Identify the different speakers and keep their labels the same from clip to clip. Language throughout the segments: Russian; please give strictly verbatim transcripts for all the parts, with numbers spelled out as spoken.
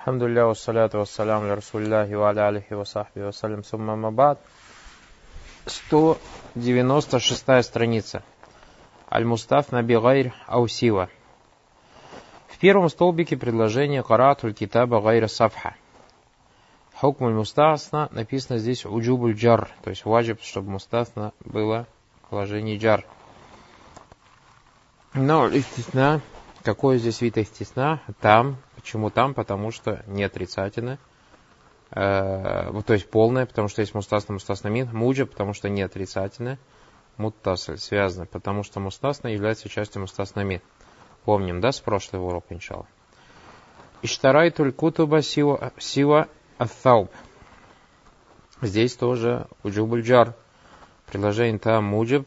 Speaker 1: Алхамдулилля, вассаляту вассаляму ля расулиллахи ва аля алихи ва сахби вассалям сумма мабад. сто девяносто шестая страница. Аль-Мустафна би гайр ау сива. В первом столбике предложение караатуль китаба гайра сафха. Хукм аль-Мустафна написано здесь уджубуль джар, то есть ваджиб, чтобы мустафна было в положении джар. Но истисна, какой здесь вид истисна? Там. Почему там? Потому что не отрицательное, э, то есть полное, потому что есть мустасна, мустасна мин, муджа, потому что не отрицательное, муттасль, связано, потому что мустасна является частью мустасна мин. Помним, да, с прошлого урока, иншалла. Иштарайтуль кутуба сива, сива ат-тауб. Здесь тоже уджубуль джар. Предложение там муджиб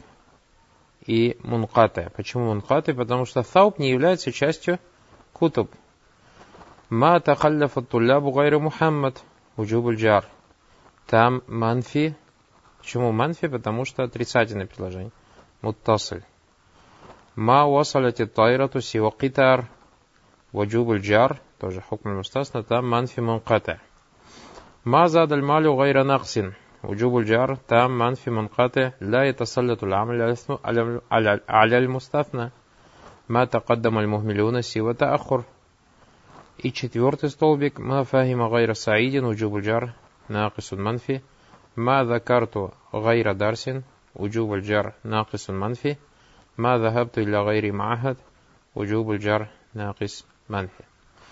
Speaker 1: и мункаты. Почему мункаты? Потому что тауб не является частью кутуб. Ма тахалляфа туллябу гайру Мухаммад. Уджубуль джар. Там манфи. Почему манфи? Потому что отрицательное предложение. Муттасль. Ма васаляти тайрату сива китар. Уджубуль джар. Тоже хукм мустасна. Там манфи мункаты. Ма задаль малю гайра наксин. Уджубуль джар. Там манфи мункаты. Ла ятасалляту l'амаль аля аль-мустафна. Ма тақаддам аль-мухмилюна сива таахур. И четвертый столбик. Ма фахима гайра саидин. Уджубуль джар. Нақисун манфи. Ма закарту гайра дарсин. Уджубуль джар. Нақисун манфи. Ма захабту илля гайри маахад. Уджубуль джар. Нақис манфи.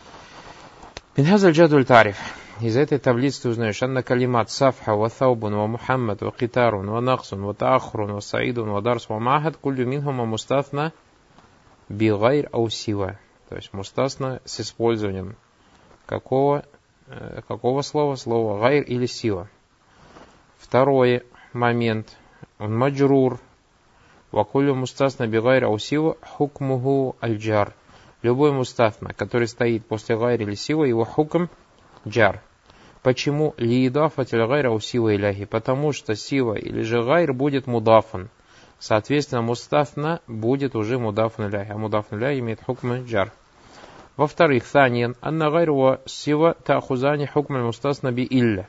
Speaker 1: Мин хазаль джадуль тариф. Из этой таблицы ты узнаешь, анна калимат сафха, ва таубун, ва мухаммад, ва китарун, ва наксун, ва таахрун, ва саидун, ва дарс, ва маахад, куллю минхума мустафна би гайр ау сива. То есть мустасна с использованием какого, какого слова? Слова гайр или сива. Второй момент. Он маджрур. Ва куллю мустасна би гайр ау сива хукмуху аль-джар. Любой мустафна, который стоит после гайр или сива, его хукм джар. Почему лиидафатиль гайра у сива иляхи? Потому что сива или же гайр будет мудафан. Соответственно, мустафна будет уже мудафан иляхи. А мудафан иляхи имеет хукм джар. Во-вторых, саньян, анна гайр ва сива таахузани хукм мустасна би илля.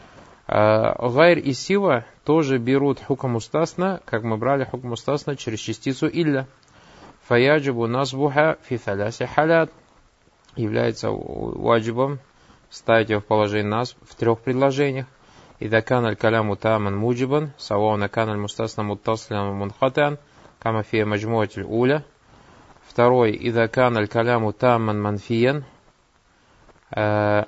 Speaker 1: Гайр и сива тоже берут хукм мустасна, как мы брали хукм мустасна через частицу илля. Фаяджибу насбуха фи таляси халят. Является ваджибом ставить его в положение нас в трех предложениях. Ида кан аль-каляму тааман муджибан, савауна кан аль-мустасна муттаслям мунхатан, кама фия маджмуатиль уля. Второй, ида кан аль-каляму тааман манфиян, ида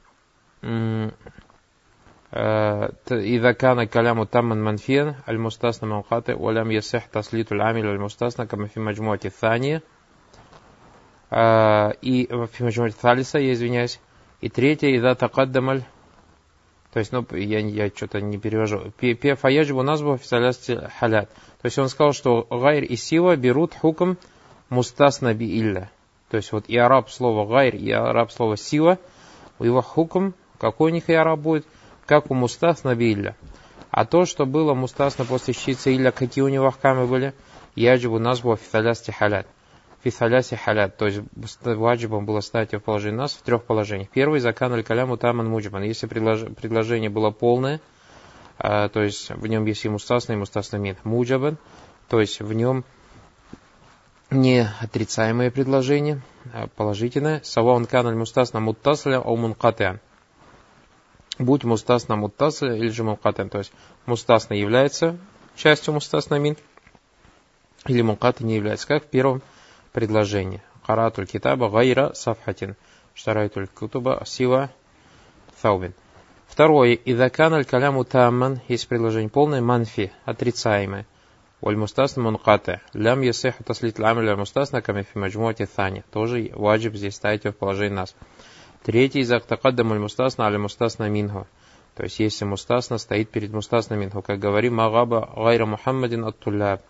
Speaker 1: кан аль-каляму тааман манфиян, аль-мустасна мунхаты, улям ясих таслиту аль-амилю аль-мустасна, кама фия маджмуати thания. И фия маджмуати thалиса, я извиняюсь. И третье, ида тақаддамаль, то есть, ну, я, я что-то не перевожу. Фаяджибу назбу фисалясти халят. То есть он сказал, что гайр и сива берут хукм мустасна би илля. То есть вот и араб слово гайр, и араб слово сива, у его хукм, какой у них и араб будет, как у мустасна би илля. А то, что было мустасна после частицы илля, какие у него ахкамы были, яджибу назбу фисалясти халят. Фисаляси халят, то есть ваджибом было ставить его в положение нас в трех положениях. Первый, закан аль-каляму таман муджибан. Если предлож, предложение было полное, а, то есть в нем есть и мустасна, и мустасна мин. Муджабан, то есть в нем не отрицаемое предложение, а положительное. Саваун кан аль-мустасна муттасля ау мункатян. Будь мустасна муттасля или же мункатян. То есть мустасна является частью мустасна мин, или мункаты не является, как в первом предложение. Каратуль китаба гайра сафхатин. Штарайтуль кутуба сива таубин. Второе. Ида кан аль-каляму тааман. Есть предложение полное. Манфи. Отрицаемое. Валь мустасна мункаты. Лям ясиху таслит l'амиль аль-мустасна ками фи маджмуати thания. Тоже ваджиб здесь ставить его в положение нас. Третий. Ида тақаддам аль-мустасна аль-мустасна минху. То есть если мустасна стоит перед мустасна минху. Как говорим, магаба гайра Мухаммадин ат-тулляб.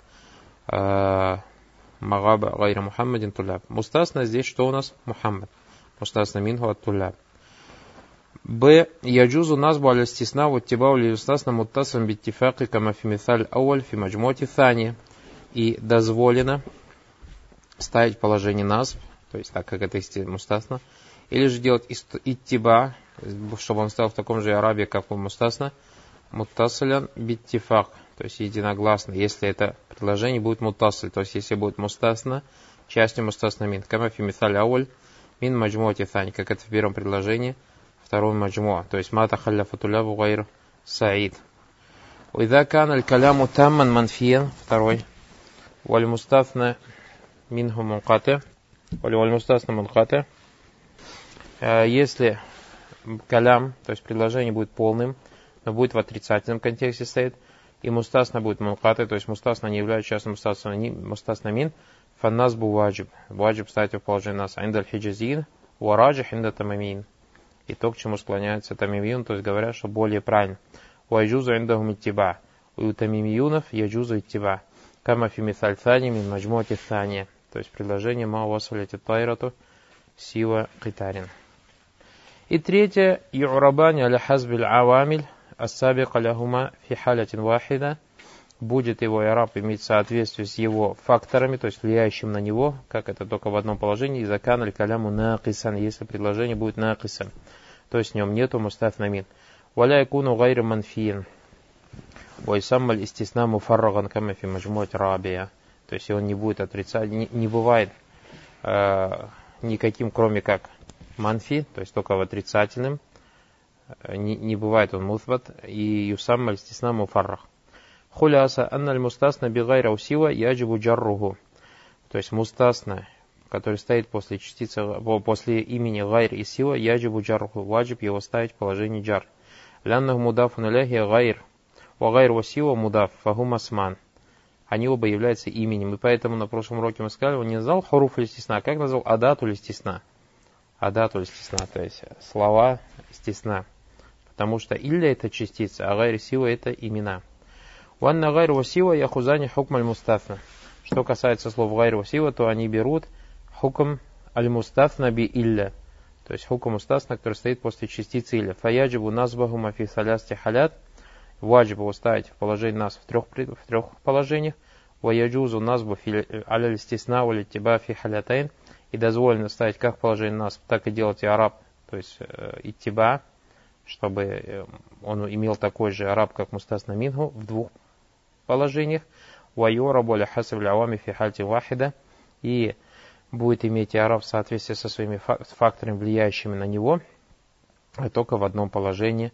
Speaker 1: Магаба гайра Мухаммадин туляб. Мустасна здесь что у нас? Мухаммад. Мустасна минху ат туляб. Б. Яджузу назбу аля стисна вот тибау ли мустасна муттасам биттифаки кама фи мисаль ауаль фи маджмуати thания. И дозволено ставить положение назб то есть так как это мустасна, или же делать иттиба, чтобы он стал в таком же арабе, как у мустасна, муттасилян биттифак, то есть единогласно, если это предложение будет муттасиль, то есть если будет мустасна, частью мустасна мин, кама фи мисаль ауль, мин маджмуа тифани, как это в первом предложении, второй маджмуа, то есть мата халля фатуляву гайр саид. وإذا كان الكلام تاما منفيا второй والمستثنى منه منقطع والمستثنى منقطع если калям, то есть предложение будет полным, но будет в отрицательном контексте стоит, и мустасна будет мункаты, то есть мустасна не является частным мустасна мин, фаннасбу ваджиб, ваджиб ставить в положение нас, индаль хиджазин, вараджих инда тамамин, и то, к чему склоняется тамимиюн, то есть говорят, что более правильно. Вайджузу индахум иттиба. У тамимиюнов яджузу иттиба. Кама фи мисаль thani мин маджмуати thания. То есть предложение ма васваляти тайрату сива китарин. И третье. Ю'рабани аля хазбиль авамиль ассабика ляхума фи халятин вахида. Будет его ираб иметь соответствие с его факторами, то есть влияющим на него, как это только в одном положении, закан аль каляму нақисан, если предложение будет нақисан, то есть в нем нету мустафна мин. ولا يكون غير منفيا ويسمى الاستثناء مفرغا كما في مجموعة رابعة, то есть он не будет отрицать, не, не бывает э, никаким, кроме как манфи, то есть только в отрицательном, не, не бывает он мутбат, и юсамма الاستثناء مفرغ. خلاصة أن المستثنى بغير усива яджибу джарруху, то есть мустасна, который стоит после частицы, после имени гайр и сива, яджибу джарруху, ваджиб его ставить в положении джар. Ляннаху мудафун иляхи гайр, ва гайр ва сива мудаф, фахум асман. Они оба являются именем, и поэтому на прошлом уроке мы сказали, он не назвал хуруф листисна, как назвал адату листисна. Адату листисна, то есть слова листисна. Потому что илля это частица, а гайр и сива это имена. Ванна гайр ва сива яхузани хукм аль-мустафна. Что касается слов гайр ва сива, то они берут хукм аль-мустафна би илля. То есть хукм мустасна, который стоит после частицы иля. Фаяджибу назбаху мафи салясти халят. Ваджибу его ставить в положение нас в трех, в трех положениях. Ваяджузу назбу аля листисна уля тиба фи халятайн. И дозволено ставить как в положение нас, так и делать и араб, то есть э, и тиба, чтобы он имел такой же араб, как мустасна минху, в двух положениях. Вайорабу аля хасаб лявами фи хальти вахида. И будет иметь и араб в соответствии со своими факторами, влияющими на него, только в одном положении.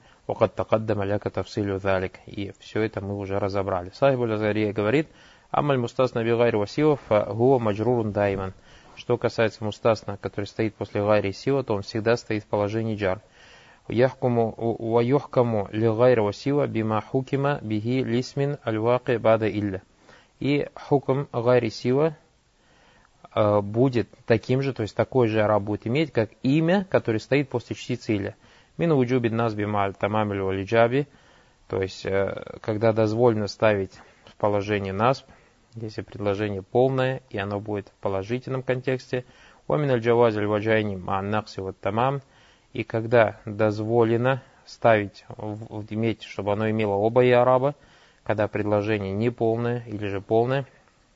Speaker 1: И все это мы уже разобрали. Сахиб аль-Азария говорит, амаль мустасна би гайри ва сива фа-гуа маджрурун дайман. Что касается мустасна, который стоит после гайри и сива, то он всегда стоит в положении джар. Ва юхкаму ли гайри ва сива бима хукима бихи лисмин аль-ваки бада илля. И хукм гайри сива будет таким же, то есть такой же араб будет иметь, как имя, которое стоит после частицы иля. Мину уджубин назби ма'аль тамамиль валиджаби, то есть когда дозволено ставить в положение насб, если предложение полное, и оно будет в положительном контексте, уамин аль-джаваз аль-ваджайни ма'ан накси вот тамам, и когда дозволено ставить, иметь, чтобы оно имело оба и араба, когда предложение не полное или же полное,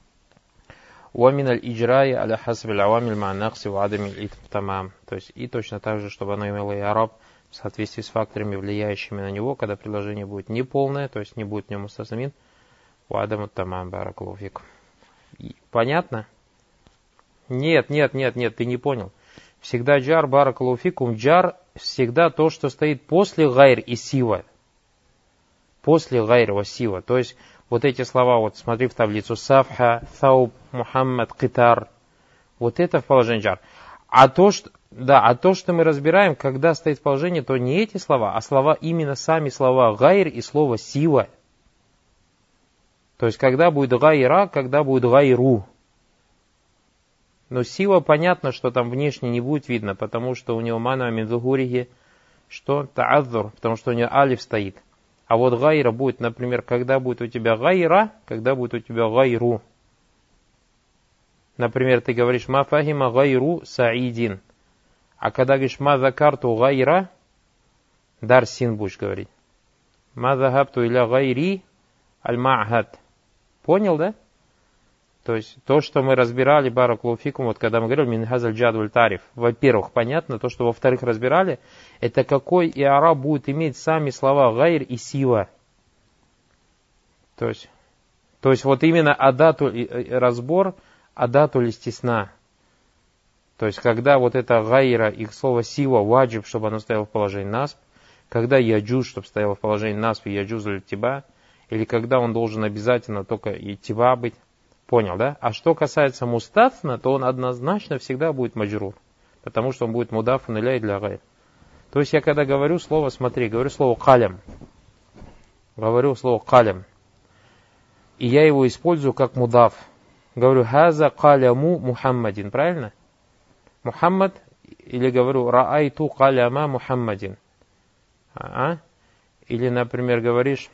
Speaker 1: уамин аль-иджрай аля хасб аль-авамиль ма'ан накси ва адами тамам, то есть и точно так же, чтобы оно имело и араб в соответствии с факторами, влияющими на него, когда предложение будет неполное, то есть не будет в нем мустасамин, ва адаму тамам баракаллаху фикум. Понятно? Нет, нет, нет, нет, ты не понял. Всегда джар баракаллаху фикум, джар всегда то, что стоит после гайр и сива. После гайр ва сива. То есть вот эти слова, вот смотри в таблицу, сафха, тауб, мухаммад, китар. Вот это в положении джар. А то, что, да, а то, что мы разбираем, когда стоит в положении, то не эти слова, а слова, именно сами слова гайр и слово сива. То есть когда будет гайра, когда будет гайру. Но сива понятно, что там внешне не будет видно, потому что у него мана минзухурихи, что та'адзур, потому что у него алиф стоит. А вот гайра будет, например, когда будет у тебя гайра, когда будет у тебя гайру. Например, ты говоришь ма фахима гайру саидин. А когда говоришь ма закарту гайра, дар син будешь говорить. Ма захабту иля гайри аль-ма'хад. Понял, да? То есть то, что мы разбирали, баракулуфикум, вот когда мы говорили минхазаль джадуль тариф, во-первых, понятно, то, что во-вторых разбирали, это какой иараб будет иметь сами слова гайр и сива. То есть, то есть вот именно адату, разбор адату листисна. То есть когда вот это гайра и слово сива ваджиб, чтобы оно стояло в положении насб, когда яджуз, чтобы стояло в положении насб и яджуз или тиба, или когда он должен обязательно только и тиба быть. Понял, да? А что касается мустафна, то он однозначно всегда будет маджрур. Потому что он будет мудафун иляй для гайр. То есть я когда говорю слово, смотри, говорю слово калям. Говорю слово калям. И я его использую как мудаф. Говорю хаза каляму Мухаммадин. Правильно? Мухаммад. Или говорю раайту каляма Мухаммадин. А? Или, например, говоришь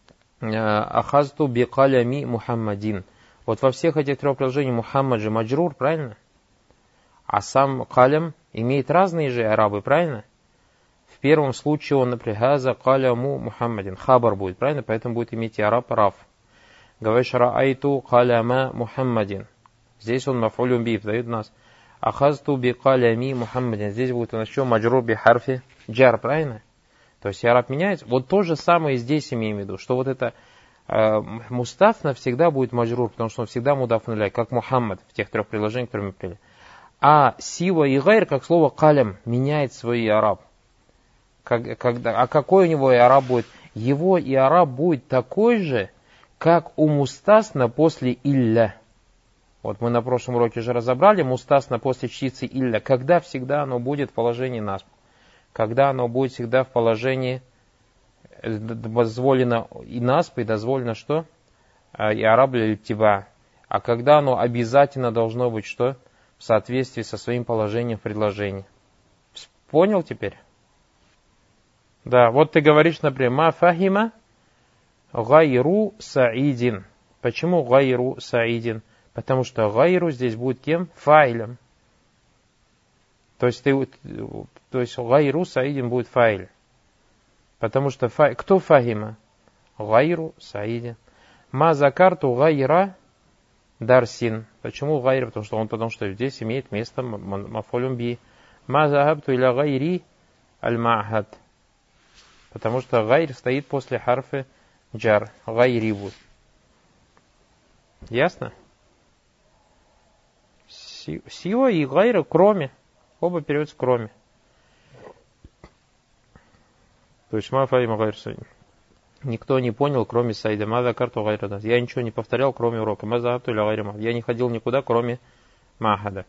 Speaker 1: ахазту би калями Мухаммадин. Вот во всех этих трех предложениях Мухаммад же маджрур, правильно? А сам калям имеет разные же арабы, правильно? В первом случае он, например, хаза каляму Мухаммадин. Хабар будет, правильно? Поэтому будет иметь и араб раф. Говоришь раайту каляма Мухаммадин. Здесь он мафулюм би, дает нас. Ахазту би калями Мухаммадин. Здесь будет у нас еще маджрур би харфи джар, правильно? То есть араб меняется. Вот то же самое здесь имеем в виду, что вот это мустаф навсегда будет маджрур, потому что он всегда мудаф нуляй, как Мухаммад в тех трех предложениях, которые мы приняли. А сива и гайр, как слово калям, меняет свой иараб. Как, когда, а какой у него иараб будет? Его иараб будет такой же, как у мустасна после илля. Вот мы на прошлом уроке уже разобрали мустасна после частицы илля. Когда всегда оно будет в положении насб. Когда оно будет всегда в положении дозволено и насб, и дозволено что? И араб или тиба. А когда оно обязательно должно быть что? В соответствии со своим положением в предложении. Понял теперь? Да, вот ты говоришь, например, ма фахима гайру саидин. Почему гайру саидин? Потому что гайру здесь будет кем? Файлем. То есть, ты, то есть гайру саидин будет файль. Потому что фа... кто фахима? Гайру саидин. Ма закарту гайра дарсин. Почему гайр? Потому что он, потому что здесь имеет место мафулюм би. Ма захабту иля гайри аль-ма'хад. Потому что гайр стоит после харфы джар. Гайри будет. Ясно? Сива и гайра кроме. Оба переводятся кроме. То есть ма фахима гайр саидин. Никто не понял, кроме Саида. Маза карту гайра. Я ничего не повторял, кроме урока. Маза хабту иля гайри махад. Я не ходил никуда, кроме махада.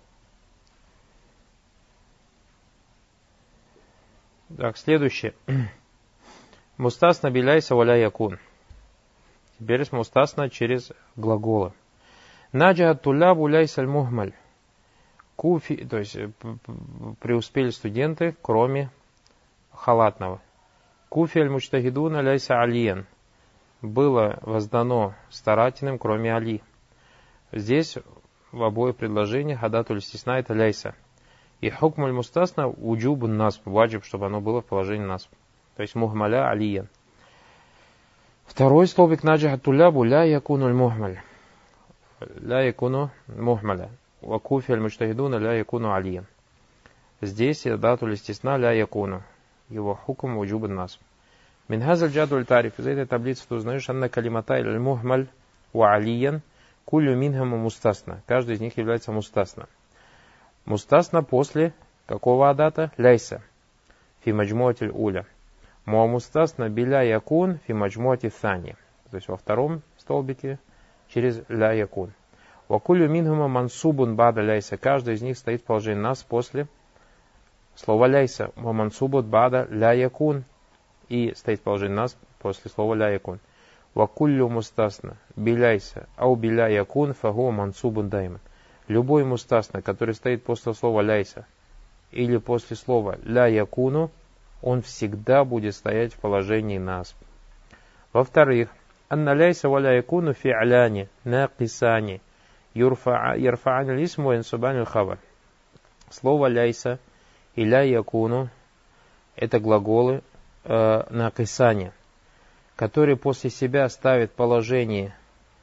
Speaker 1: Так, следующее. Мустасна биляйса валя якун. Теперь с мустасна через глаголы. Наджахат тулябу ляйса аль-мухмаль. Куфи, то есть преуспели студенты, кроме халатного. Куфи аль-мучтахидуна ляйса алиен. Было воздано старательным, кроме Али. Здесь в обоих предложениях адатуль стисна это ляйса. И хукм аль-мустасна уджубун насб. Ваджиб, чтобы оно было в положении насб. То есть мухмаля алиен. Второй столбик наджахат тулябу ля якуну аль-мухмаль. Ля якуну мухмаля. Вакуфи аль-мучтахидуна ля якуну алиен. Здесь адатуль стисна ля якуну. Его хукм уджубун насб. Минхазаль джадуль тариф. Из этой таблицы ты узнаешь, анна калимата аль-мухмаль ва алиен кулю минхаму мустасна. Каждый из них является мустасна. Мустасна после какого адата? Ляйса. Фи маджмуатиль уля. Муа мустасна биля якун фи маджмуати thani. То есть во втором столбике через ля якун. Ва кулю минхаму мансубун бада ляйса. Каждый из них стоит в положении нас после слова ляйса. Ва мансубут бада ля якун. И стоит в положении нас после слова ля якун. Ва куллю мустасна биляйса ау биля якун фагу мансубун дайман. Любой мустасна, который стоит после слова ляйса или после слова ля якуну, он всегда будет стоять в положении насб. Во-вторых, анна ляйса ва ля якуну фи аляни нақисани ярфа'ан аль-исм ва янсубан аль-хабар. Слово ляйса и ля якуну это глаголы э, нақисани, которые после себя ставят положение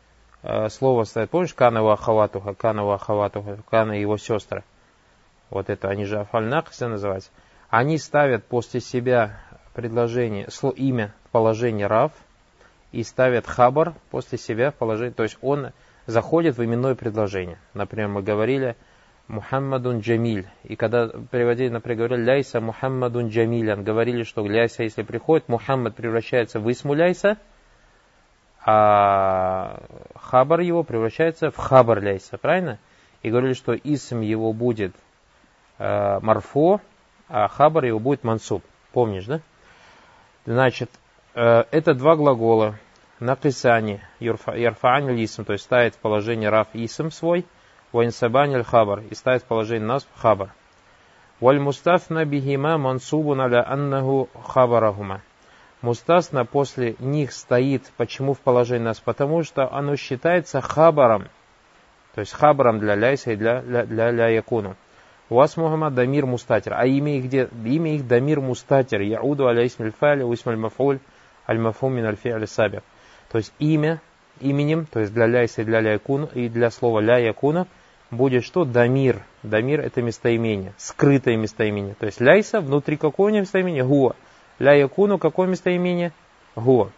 Speaker 1: э, слово ставят, помнишь, кана ва ахаватуха, кана ва ахаватуха, кана и его сестры. Вот это, они же афаль накиса называются. Они ставят после себя предложение, имя, положение рав, и ставят хабар после себя в положение, то есть он заходит в именное предложение. Например, мы говорили Мухаммадун Джамиль, и когда переводили, например, говорили ляйса Мухаммадун Джамилян, говорили, что ляйса, если приходит, Мухаммад превращается в исму ляйса, а хабар его превращается в хабар ляйса, правильно? И говорили, что исм его будет э, марфо, а хабар его будет мансуб. Помнишь, да? Значит, э, это два глагола. Накисани, ярфаани лисм, то есть ставит в положение раф исм свой, ваинсабани хабар, и ставит в положение насб хабар. Валь мустафна бихима мансубун аля аннаху хабарахума. Мустасна после них стоит, почему в положении нас? Потому что оно считается хабаром, то есть хабаром для ляйса и для, для, для ля якуну. У вас Мухаммад дамир мустатир, а имя их где? Имя их дамир мустатир, яуду аля исмиль фа'ля, уисмиль маф'уль, аль-мафум мин аль-фи'аль сабир. То есть имя, именем, то есть для ляйса и для ля якуна, и для слова ля якуна будет что? Дамир. Дамир это местоимение, скрытое местоимение. То есть ляйса внутри какого местоимения? Гуа. Ля якуну какое местоимение? Гуа.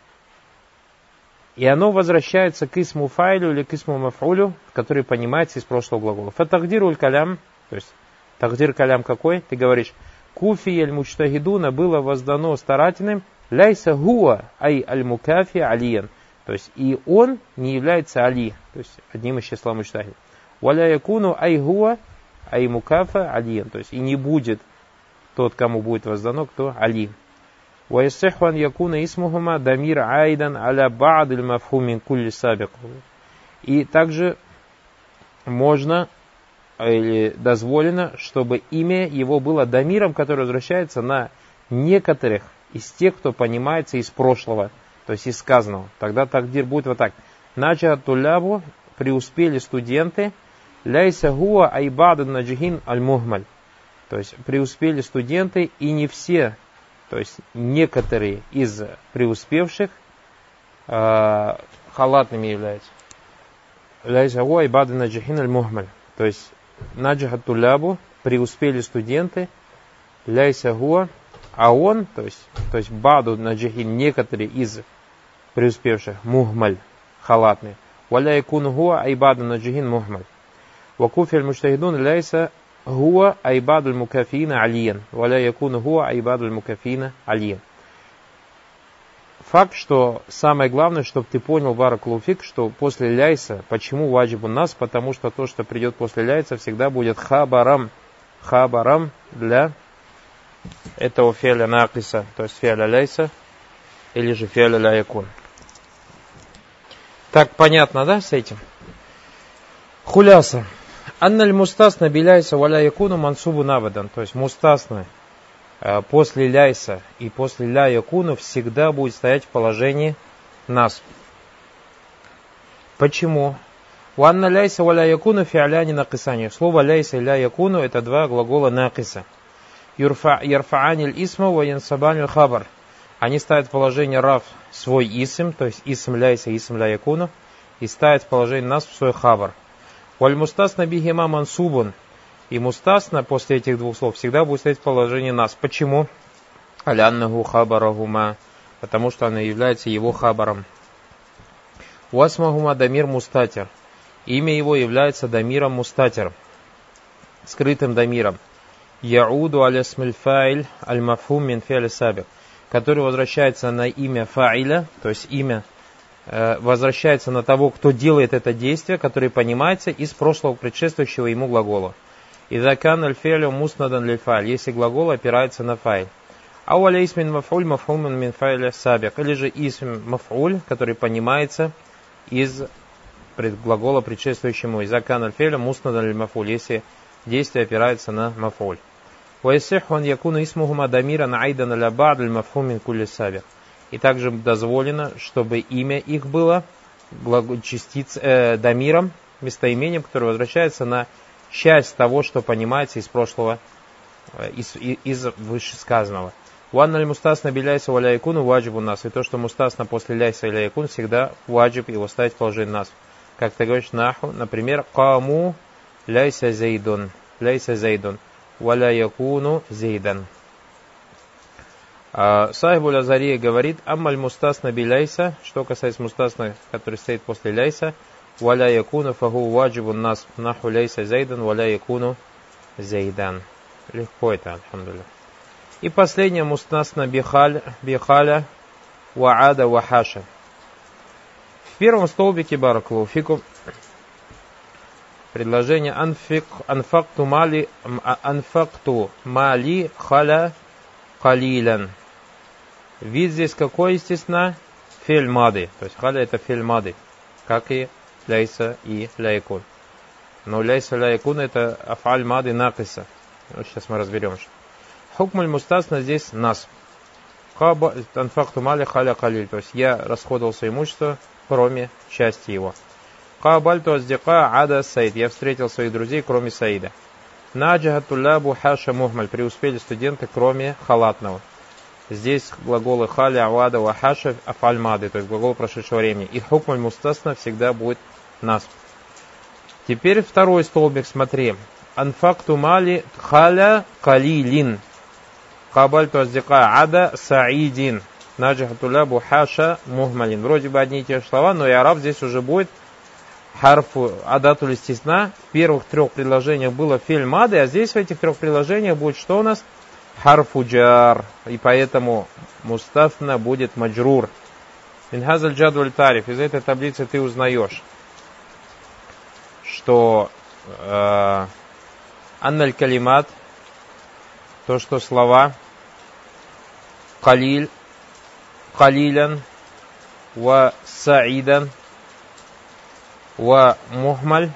Speaker 1: И оно возвращается к исму файлю или к исму маф'улю, который понимается из прошлого глагола. Фатагдируль калям, то есть тагдир калям какой? Ты говоришь, куфи аль-мучтахидуна было воздано старательным, ляйса гуа ай аль-мукафи алиен. То есть и он не является али, то есть одним из числа мучтахид. Валя якуну ай гуа ай мукафа алиен. То есть и не будет тот, кому будет воздано, кто али. Ваясихван якуна исмухума дамир айдан аля ба'д аль-мафхум кулли сабик. И также можно или дозволено, чтобы имя его было дамиром, который возвращается на некоторых из тех, кто понимается из прошлого, то есть из сказанного. Тогда тагдир будет вот так. Наджа тулябу, преуспели студенты, ляйса гуа айбаду наджихин аль-мухмаль. То есть преуспели студенты, и не все, то есть некоторые из преуспевших э, халатными являются. Ляйса гуа айбаду наджихин аль-мухмаль. То есть наджа тулябу, преуспели студенты, ляйса гуа, а он, то есть, то есть баду наджихин, некоторые из преуспевших, мухмаль, халатные. Валя якун гуа айбаду наджихин мухмаль. Вакуфи аль-муштахидун ляйса гуа айбаду аль-мукафиина алиен. Валя якун гуа айбаду аль-мукафиина алиен. Факт, что самое главное, чтобы ты понял, баракалуфик, что после ляйса, почему ваджибу нас, потому что то, что придет после ляйса, всегда будет хабарам, хабарам для этого фиаля накиса, то есть фиаля ляйса, или же фиаля ля якун. Так, понятно, да, с этим? Хуляса. Анналь мустасна биляйса валя якуну мансубу навадан. То есть мустасна э, после ляйса и после ля якуну всегда будет стоять в положении нас. Почему? Уанна ляйса валя якуну фиаляни накисани. Слово ляйса и ля якуну это два глагола накиса. Ярфааниль исма ва янсабаниль хабар. Они ставят в положение рав свой исм, то есть исм ляйса, исм ля якуну, и ставят в положение нас в свой хабар. Валь мустасна бихима мансубун. И мустасна после этих двух слов всегда будет стоять в положении нас. Почему? Аляннаху хабарахума. Потому что она является его хабаром. Уасмахума дамир мустатир. Имя его является дамиром мустатир, скрытым дамиром. Яуду алясмиль фаиль аль-мафхум мин фи'аль сабик, который возвращается на имя фаиля, то есть имя э, возвращается на того, кто делает это действие, которое понимается из прошлого предшествующего ему глагола. Иза кан аль-фи'лю муснадан лиль-фаиль, если глагол опирается на фаиль. Ау аля исмин маф'уль мафхум мин фаиля сабик, или же исм маф'уль, который понимается из глагола предшествующему. Иза кан аль-фи'лю муснадан лиль-маф'уль, если действие опирается на маф'уль. ويصح أن يكون اسمهما ضميرا عائدا على بعض المفهوم من كل سابق. И также дозволено, чтобы имя их было частиц, э, дамиром, местоимением, которое возвращается на часть того, что понимается из прошлого, э, из, из вышесказанного. Уанна аль мустасна биляйса валя якуну ваджибу нас. И то, что мустасна после ляйса и ля якун, всегда ваджиб его ставить в положение нас. как ты говоришь наху, например, каму ляйса зайдун, ляйса зайдун, валя якуну зайдан. Сахиб аль-Азария говорит, аммаль мустасна биляйса, что касается мустасна, который стоит после ляйса, валя якуну фагу ваджибун нас наху ляйса зайдан, валя якуну зайдан. Легко это, альхамдулилля. И последнее мустасна бихаль, бихаля ваада вахаша. В первом столбике бараклу фикум предложение анфик, анфакту мали, анфакту мали халя калилян. Вид здесь какой, естественно? Фель мады. То есть халя это фель мады. Как и ляйса и ляйкун. Но ляйса ляйкун это афаль мады накиса. Вот сейчас мы разберем. Хукмуль мустасна здесь нас. Анфакту мали халя калиль. То есть я расходовал свое имущество, кроме части его. Кабальту аздика ада саид. Я встретил своих друзей, кроме саида. Наджахатуллабу хаша мухмаль. Преуспели студенты, кроме халатного. Здесь глаголы халя, авада, вахаша, афальмады, то есть глагол прошедшего времени. И хукмаль мустасна всегда будет нас. Теперь второй столбик, смотри. Анфакту мали халя калилин. Кабальту аздика ада саидин. Наджахатуллабу хаша мухмалин. Вроде бы одни и те же слова, но и араб здесь уже будет харфу адатуль истисна. В первых трех предложениях было фель мады, а здесь в этих трех предложениях будет что у нас? Харфу джар. И поэтому мустафна будет маджрур. Минхазаль джадваль тариф. Из этой таблицы ты узнаешь, что э, анналь калимат, то, что слова калиль, калилян, ва саидан, ва мухмаль,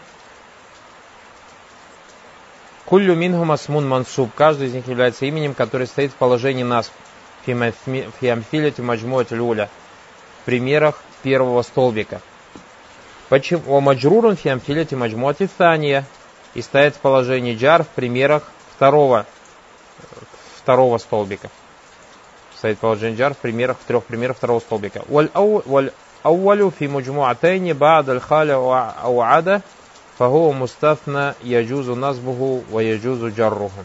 Speaker 1: куллю минхум асмун мансуб. Каждый из них является именем, которое стоит в положении нас. Фиамфилят маджмуат люля. В примерах первого столбика. Почему? О маджрурун фиамфилят маджмуат тания. И стоит в положении джар в примерах второго, второго столбика. Стоит в положении джар в примерах, в трех примерах второго столбика. Валь ауалю фи маджмуатайни ба'д аль-халя ау ада. Фагу мустафна яджузу назбуху ва яджузу джарруху.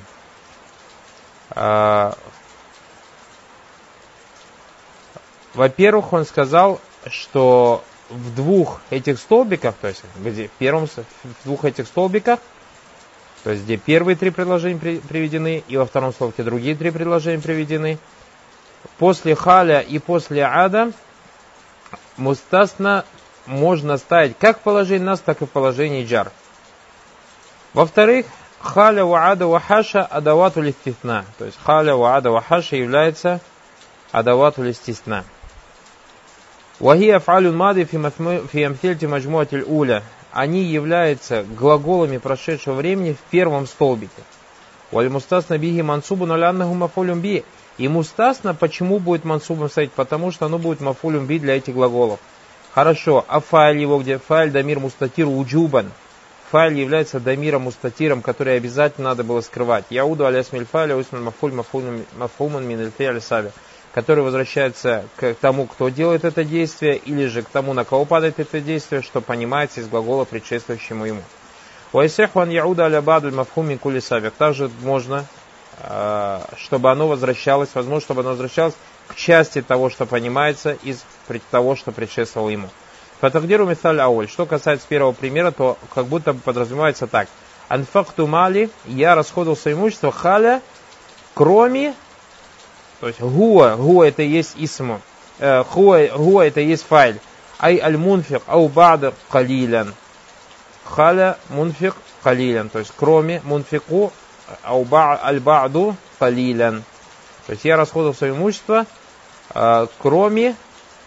Speaker 1: Во-первых, он сказал, что в двух этих столбиках, то есть где в первом, в двух этих столбиках, то есть где первые три предложения приведены, и во втором столбике другие три предложения приведены, после халя и после ада мустасна можно ставить как в положении нас, так и в положении джар. Во-вторых, халя ва ада ва хаша адавату листисна. То есть халя ва ада ва хаша является адавату листисна. Вахи афалюн мады фи амфильти маджмуатиль уля. Они являются глаголами прошедшего времени в первом столбике. Валь мустасна биги мансубу наляннаху мафулюм би. И мустасна почему будет мансубом стоять? Потому что оно будет мафулюм би для этих глаголов. Хорошо, а файль его где? Файль дамир мустатир уджубан. Файль является дамиром мустатиром, который обязательно надо было скрывать. Яуду алясмиль файля усмиль мафуль мафуман мин эльфи саби, который возвращается к тому, кто делает это действие, или же к тому, на кого падает это действие, что понимается из глагола, предшествующему ему. Уайсехван яуда аля бадль мафхуми кули саби. Также можно, чтобы оно возвращалось, возможно, чтобы оно возвращалось к части того, что понимается из того, что предшествовало ему. Фатагдиру мисаль ауль. Что касается первого примера, то как будто бы подразумевается так. Анфакту мали, я расходовал свое имущество, халя, кроме, то есть гуа, гуа это и есть исму, гуа, гуа это и есть файль, ай аль мунфик, ау бадр калилян, халя мунфик калилян, то есть кроме мунфику, ау аль ба'ду калилян. То есть я расходовал свое имущество, э, кроме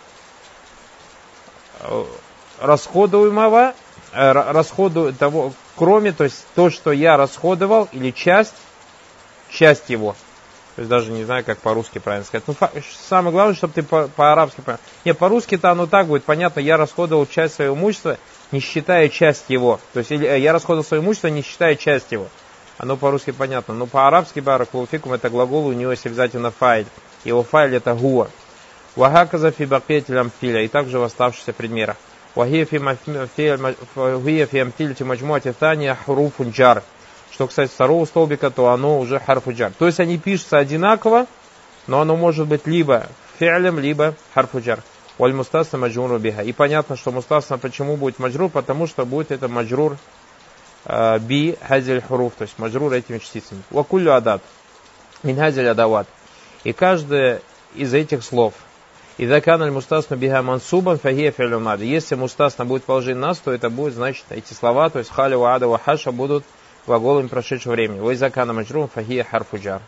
Speaker 1: э, расходуемого, э, расходу того, кроме, то есть то, что я расходовал, или часть, часть его. То есть даже не знаю, как по-русски правильно сказать. Ну, самое главное, чтобы ты по- по-арабски понял. Не, по-русски-то оно так будет, понятно, я расходовал часть своего имущества, не считая часть его. То есть или, э, я расходовал свое имущество, не считая часть его. Оно по-русски понятно. Но по-арабски баракулуфикум это глагол, у него есть обязательно файль. Его файль это гуа. Вахаказа фи бакиятиль амфиля. И также в оставшихся примерах. وهي في في في أمثلة مجموعة الثانية حروف جар. Что касается второго столбика, то оно уже харфу джар. То есть они пишутся одинаково, но оно может быть либо фи'лем, либо харфу джар. Валь мустасна маджруру биха. И понятно, что мустасна почему будет маджрур, потому что будет это маджрур э, би хазиль хуруф, то есть маджрур этими частицами. Вакулю адат. Мин хазиль адават. И каждое из этих слов. Идha кана аль-мустасна биха мансубан фахия фи'лю мади. Если мустасна будет положен нас, то это будет, значит, эти слова, то есть халя ва ада ва хаша будут глаголами прошедшего времени. Ва идha кана маджруран фахия харфу джар.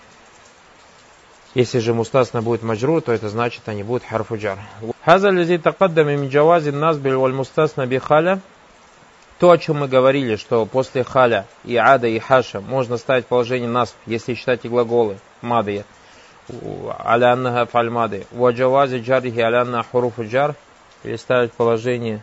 Speaker 1: Если же мустасна будет маджрур, то это значит, они будут харфу джар. Хаза лази такаддами мин джавази насбиль валь мустасна би халя. То, о чем мы говорили, что после халя и ада и хаша можно ставить положение насб, если считать и глаголы мадия. Аля аннаха фальмады. Ваджавази джарихи аля анна хуруфу джар. Или ставить положение.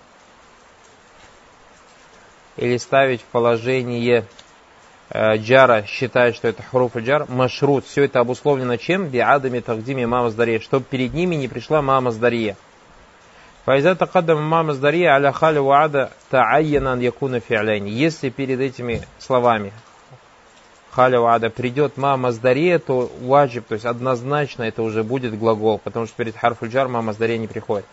Speaker 1: Или ставить в положение э, джара, считая, что это хуруфу джар. Машрут. Все это обусловлено чем? Биадами тагдими мамаздария. Чтобы перед ними не пришла мамаздария. Файза такаддам мамаздария аля халя ваада та'айянан якуна фи'ляйни. Если перед этими словами халя ваада придет мамаздария, то ваджиб, то есть однозначно это уже будет глагол, потому что перед харфу джар мамаздария не приходит.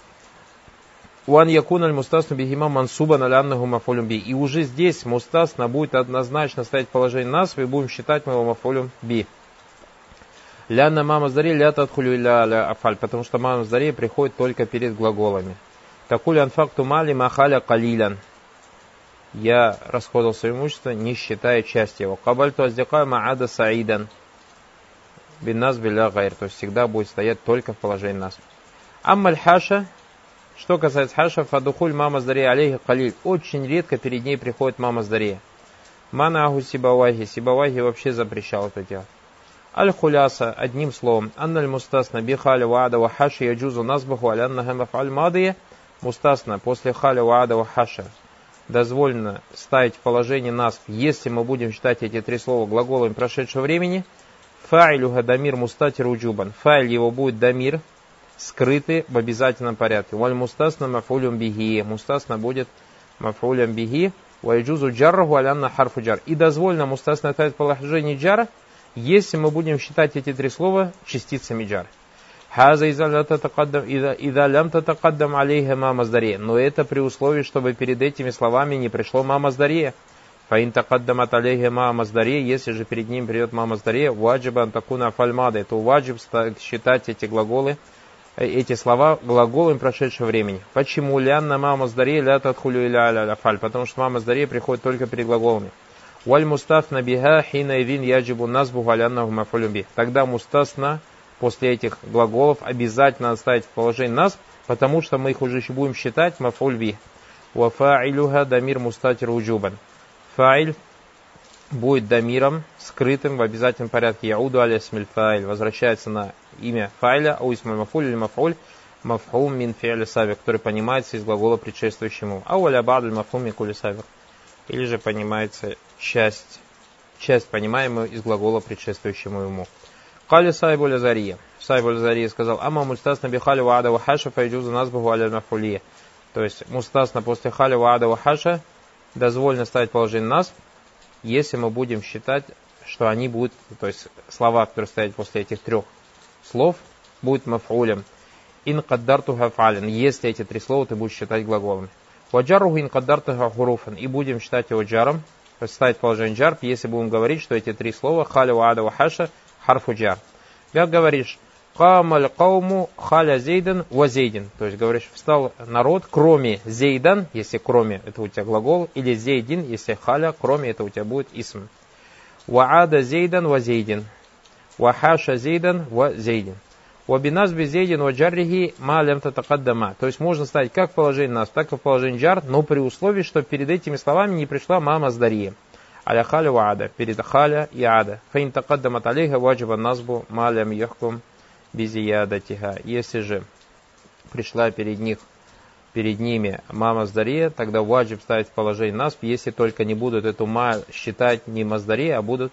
Speaker 1: Уан якун аль мустасну бихима мансубан аля аннаху мафулюм би. И уже здесь мустасна будет однозначно ставить положение нас, и будем считать мы его мафулюм би. Лянна мамаздария ля тадхулю илля аля афаль, потому что мамаздария приходит только перед глаголами. Такуль анфакту мали махаля калилян. Я расходовал свое имущество, не считая части его. Кабальту аздикаю маада саидан. Бин нас биля гайр. То есть всегда будет стоять только в положении нас. Аммаль хаша. Что касается хаша, фадухуль мамаздария алейхи калиль. Очень редко перед ней приходит мамаздария. Манаху сибавахи. Сибавахи вообще запрещал это делать. Аль-хуляса, одним словом. Анналь мустасна би халя ваада ва хаша яджузу назбаху аля аннаха маф'аль мадия. Мустасна после халя ваада ва хаша дозволено ставить в положение нас, если мы будем считать эти три слова глаголами прошедшего времени. Фа'илюха дамир мустатир уджубан. Фа'иль его будет дамир, скрытый в обязательном порядке. Валь мустасна маф'улюм бихи. Мустасна будет маф'улюм бихи. Ва яджузу джарраху аля анна харфу джар. И дозволено мустасна ставить в положение джара, если мы будем считать эти три слова частицами джар. Хаза иза лям татакаддам алейха мамаздария. Но это при условии, чтобы перед этими словами не пришло мамаздария. Фаин такаддамат алейха мамаздария. Если же перед ним придет мамаздария, ваджибан такуна фальмады, то ваджиб считать эти глаголы, эти слова глаголами прошедшего времени. Почему лянна мамаздария ля тадхулю иля аля фаль? Потому что мамаздария приходит только перед глаголами. Валь мустафна биха хина идин яджибу назбу галяннаху мафулюм бих. Тогда мустасна после этих глаголов обязательно оставить в положении нас, потому что мы их уже еще будем считать мафуль бих. Ва фа'илюха дамир мустатир уджубан. Фа'иль будет дамиром, скрытым в обязательном порядке. Яуду аля смиль фа'иль. Возвращается на имя фа'иля, ау исмаль мафуль или мафуль, мафхум мин фи'ля савик, который понимается из глагола предшествующему. Ау аля ба'дль мафхум мин кули савик. Или же понимается часть, часть понимаемую из глагола предшествующему ему. Кали сайбу лазария. Сайбу лазария сказал: Ама мустасна би хали ва ада ва хаша файджузу назбаху аля мафулия. То есть мустасна после хали ва ада ва хаша дозволено ставить положение нас, если мы будем считать, что они будут, то есть слова, которые стоят после этих трех слов, будут мафулем. Ин каддартуха фалин. Если эти три слова ты будешь считать глаголами. Ваджаруху ин каддартуха хуруфан. И будем считать его джаром, то есть ставить положение джар, если будем говорить, что эти три слова хали ва ада ва хаша харфу джар. Как говоришь, камаль кауму халя зейдан ва зейдин. То есть говоришь, встал народ, кроме зейдан, если кроме, это у тебя глагол, или зейдин, если халя, кроме, это у тебя будет исм. Ва ада зейдан ва зейдин. Ва хаша зейдан ва зейдин. Ва биназби зейдин ва джаррихи ма лям татакаддама. То есть можно ставить как в положении нас, так и в положении джар, но при условии, что перед этими словами не пришла мамаздария. Аля халя ва ада, перед халя и ада. Фаин такаддамат алейха ваджиба назбу ма лям яхкум безиядатиха. Если же пришла перед них, перед ними мамаздария, тогда ваджиб ставить в положение насб, если только не будут эту ма считать не маздария, а будут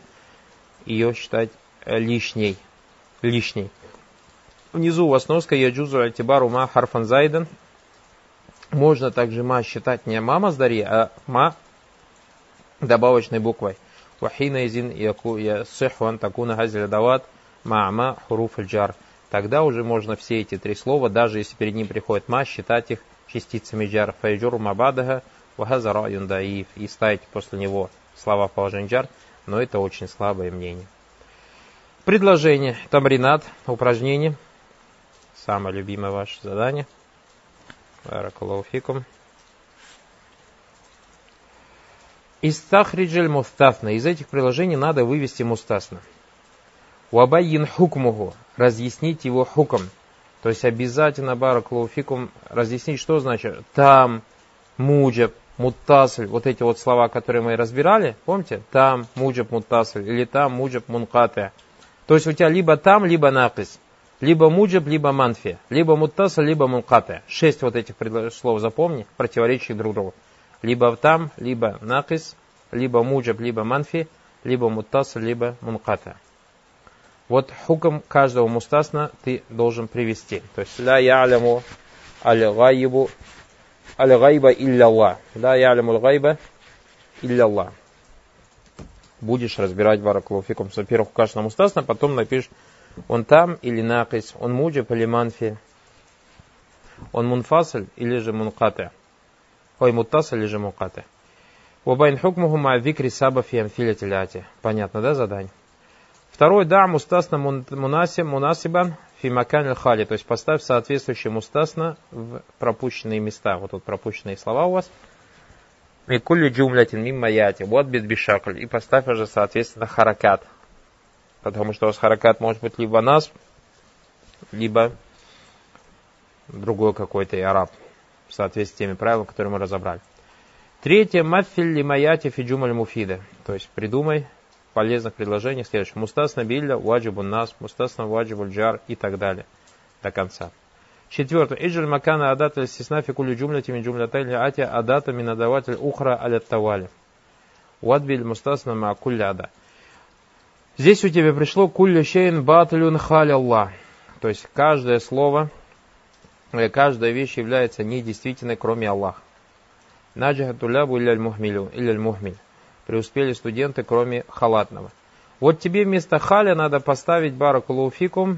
Speaker 1: ее считать лишней. лишней. Внизу у вас носка яджузу альтибару ма харфан зайдан Можно также ма считать не ма маздари, а ма добавочной буквой. Вахина изин ясиху ан такуна хазиль дават ма хуруф аль-джар. Тогда уже можно все эти три слова, даже если перед ним приходит ма, считать их частицами джар. Файджуру мабадаха вахаза раюн даиф. И ставить после него слова в положении джар, но это очень слабое мнение. Предложение. Тамринат. Упражнение. Самое любимое ваше задание. Баракаллаху фикум. Истахриджель мустасна. Из этих приложений надо вывести мустасна. Уабайин хукмуху. Разъяснить его хукм. То есть обязательно, баракаллаху фикум, разъяснить, что значит там, муджаб, муттасль. Вот эти вот слова, которые мы разбирали, помните? Там, муджаб, муттасль. Или там, муджаб, мункатэ. То есть у тебя либо там, либо накис. Либо муджаб, либо манфи. Либо муттасль, либо мункатэ. Шесть вот этих слов запомни, противоречащих друг другу. Либо там, либо накис, либо муджаб, либо манфи, либо муттасль, либо мункатэ. Вот хукм каждого мустасна ты должен привести. То есть ла я'ляму аль-гайбу аль-гайба илля-Аллах. Ла я'ляму аль-гайба илля-Аллах. Будешь разбирать, баракаллаху фикум. Во-первых, у каждого мустасна, потом напишешь он там или накис, он муджаб или манфи, он мунфасль или же мункатэ. Ой, муттасль или же мункатэ. Вабайн хукмуху ма викри саба фи амфилятиль ати. Понятно, да, задание? Второй, да, мустасна мунасиб, мунасибан фи макан хали, то есть поставь соответствующее мустасна в пропущенные места. Вот тут пропущенные слова у вас. И кулли джумлятин мимма яти, вот бит бишакль, и поставь уже, соответственно, харакат. Потому что у вас харакат может быть либо нас, либо другой какой-то и араб, в соответствии с теми правилами, которые мы разобрали. Третье, маффиль лимаяти фи джумаль муфида, то есть придумай полезных предложений следующих. Мустасна билля, ваджибун нас, мустасна ваджибуль джар и так далее. До конца. Четвертое. Иджаль макана адата листисна фи кулли джумляти мин джумлятайли ати адата мин адаватель ухра алят тавали. Вадбиль мустасна ма кулли ада. Здесь у тебя пришло кулли шейн батлюн халя Аллах. То есть каждое слово, каждая вещь является недействительной, кроме Аллаха. Наджахатулябу илля аль-мухмилю, илля аль-мухмиль. Преуспели студенты, кроме халатного. Вот тебе вместо халя надо поставить, баракаллаху фикум,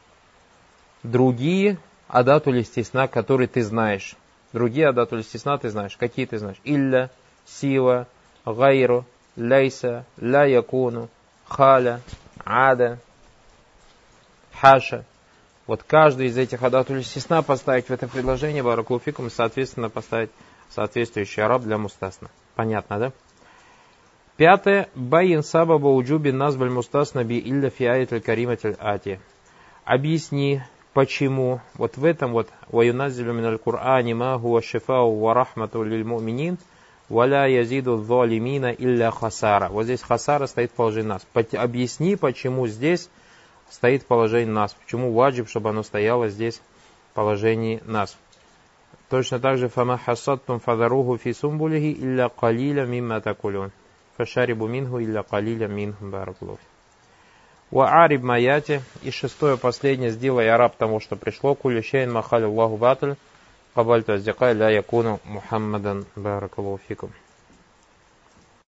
Speaker 1: другие адатуль истисна, которые ты знаешь. Другие адатуль истисна ты знаешь. Какие ты знаешь? Илля, сива, гайру, ляйса, ля якуну, халя, ада, хаша. Вот каждый из этих адатуль истисна поставить в это предложение, баракаллаху фикум, и, соответственно, поставить соответствующий араб для мустасна. Понятно, да? Пятое. Байин сабаба уджуби назбаль мустасна би илля фиаятель кариматель ати. Объясни, почему вот в этом вот ваюназилю миналь Кур'ани ма хуа шифау ва рахмату лиль му'минин валя язиду залимина илля хасара. Вот здесь хасара стоит в положении нас. Объясни, почему здесь стоит в положении нас. Почему ваджиб, чтобы оно стояло здесь в положении нас. Точно так же фама хасаттум фадаруху фи сумбулихи илля калиля мимма такулюн. Фашарибу минху илля калиля минху баракаллаху. Ва ариб маяти. И шестое, последнее, сделай араб тому, что пришло. Кулли шейн махали Аллаху батль. Кабальту аздикай ля якуну Мухаммадан баракаллаху фикум.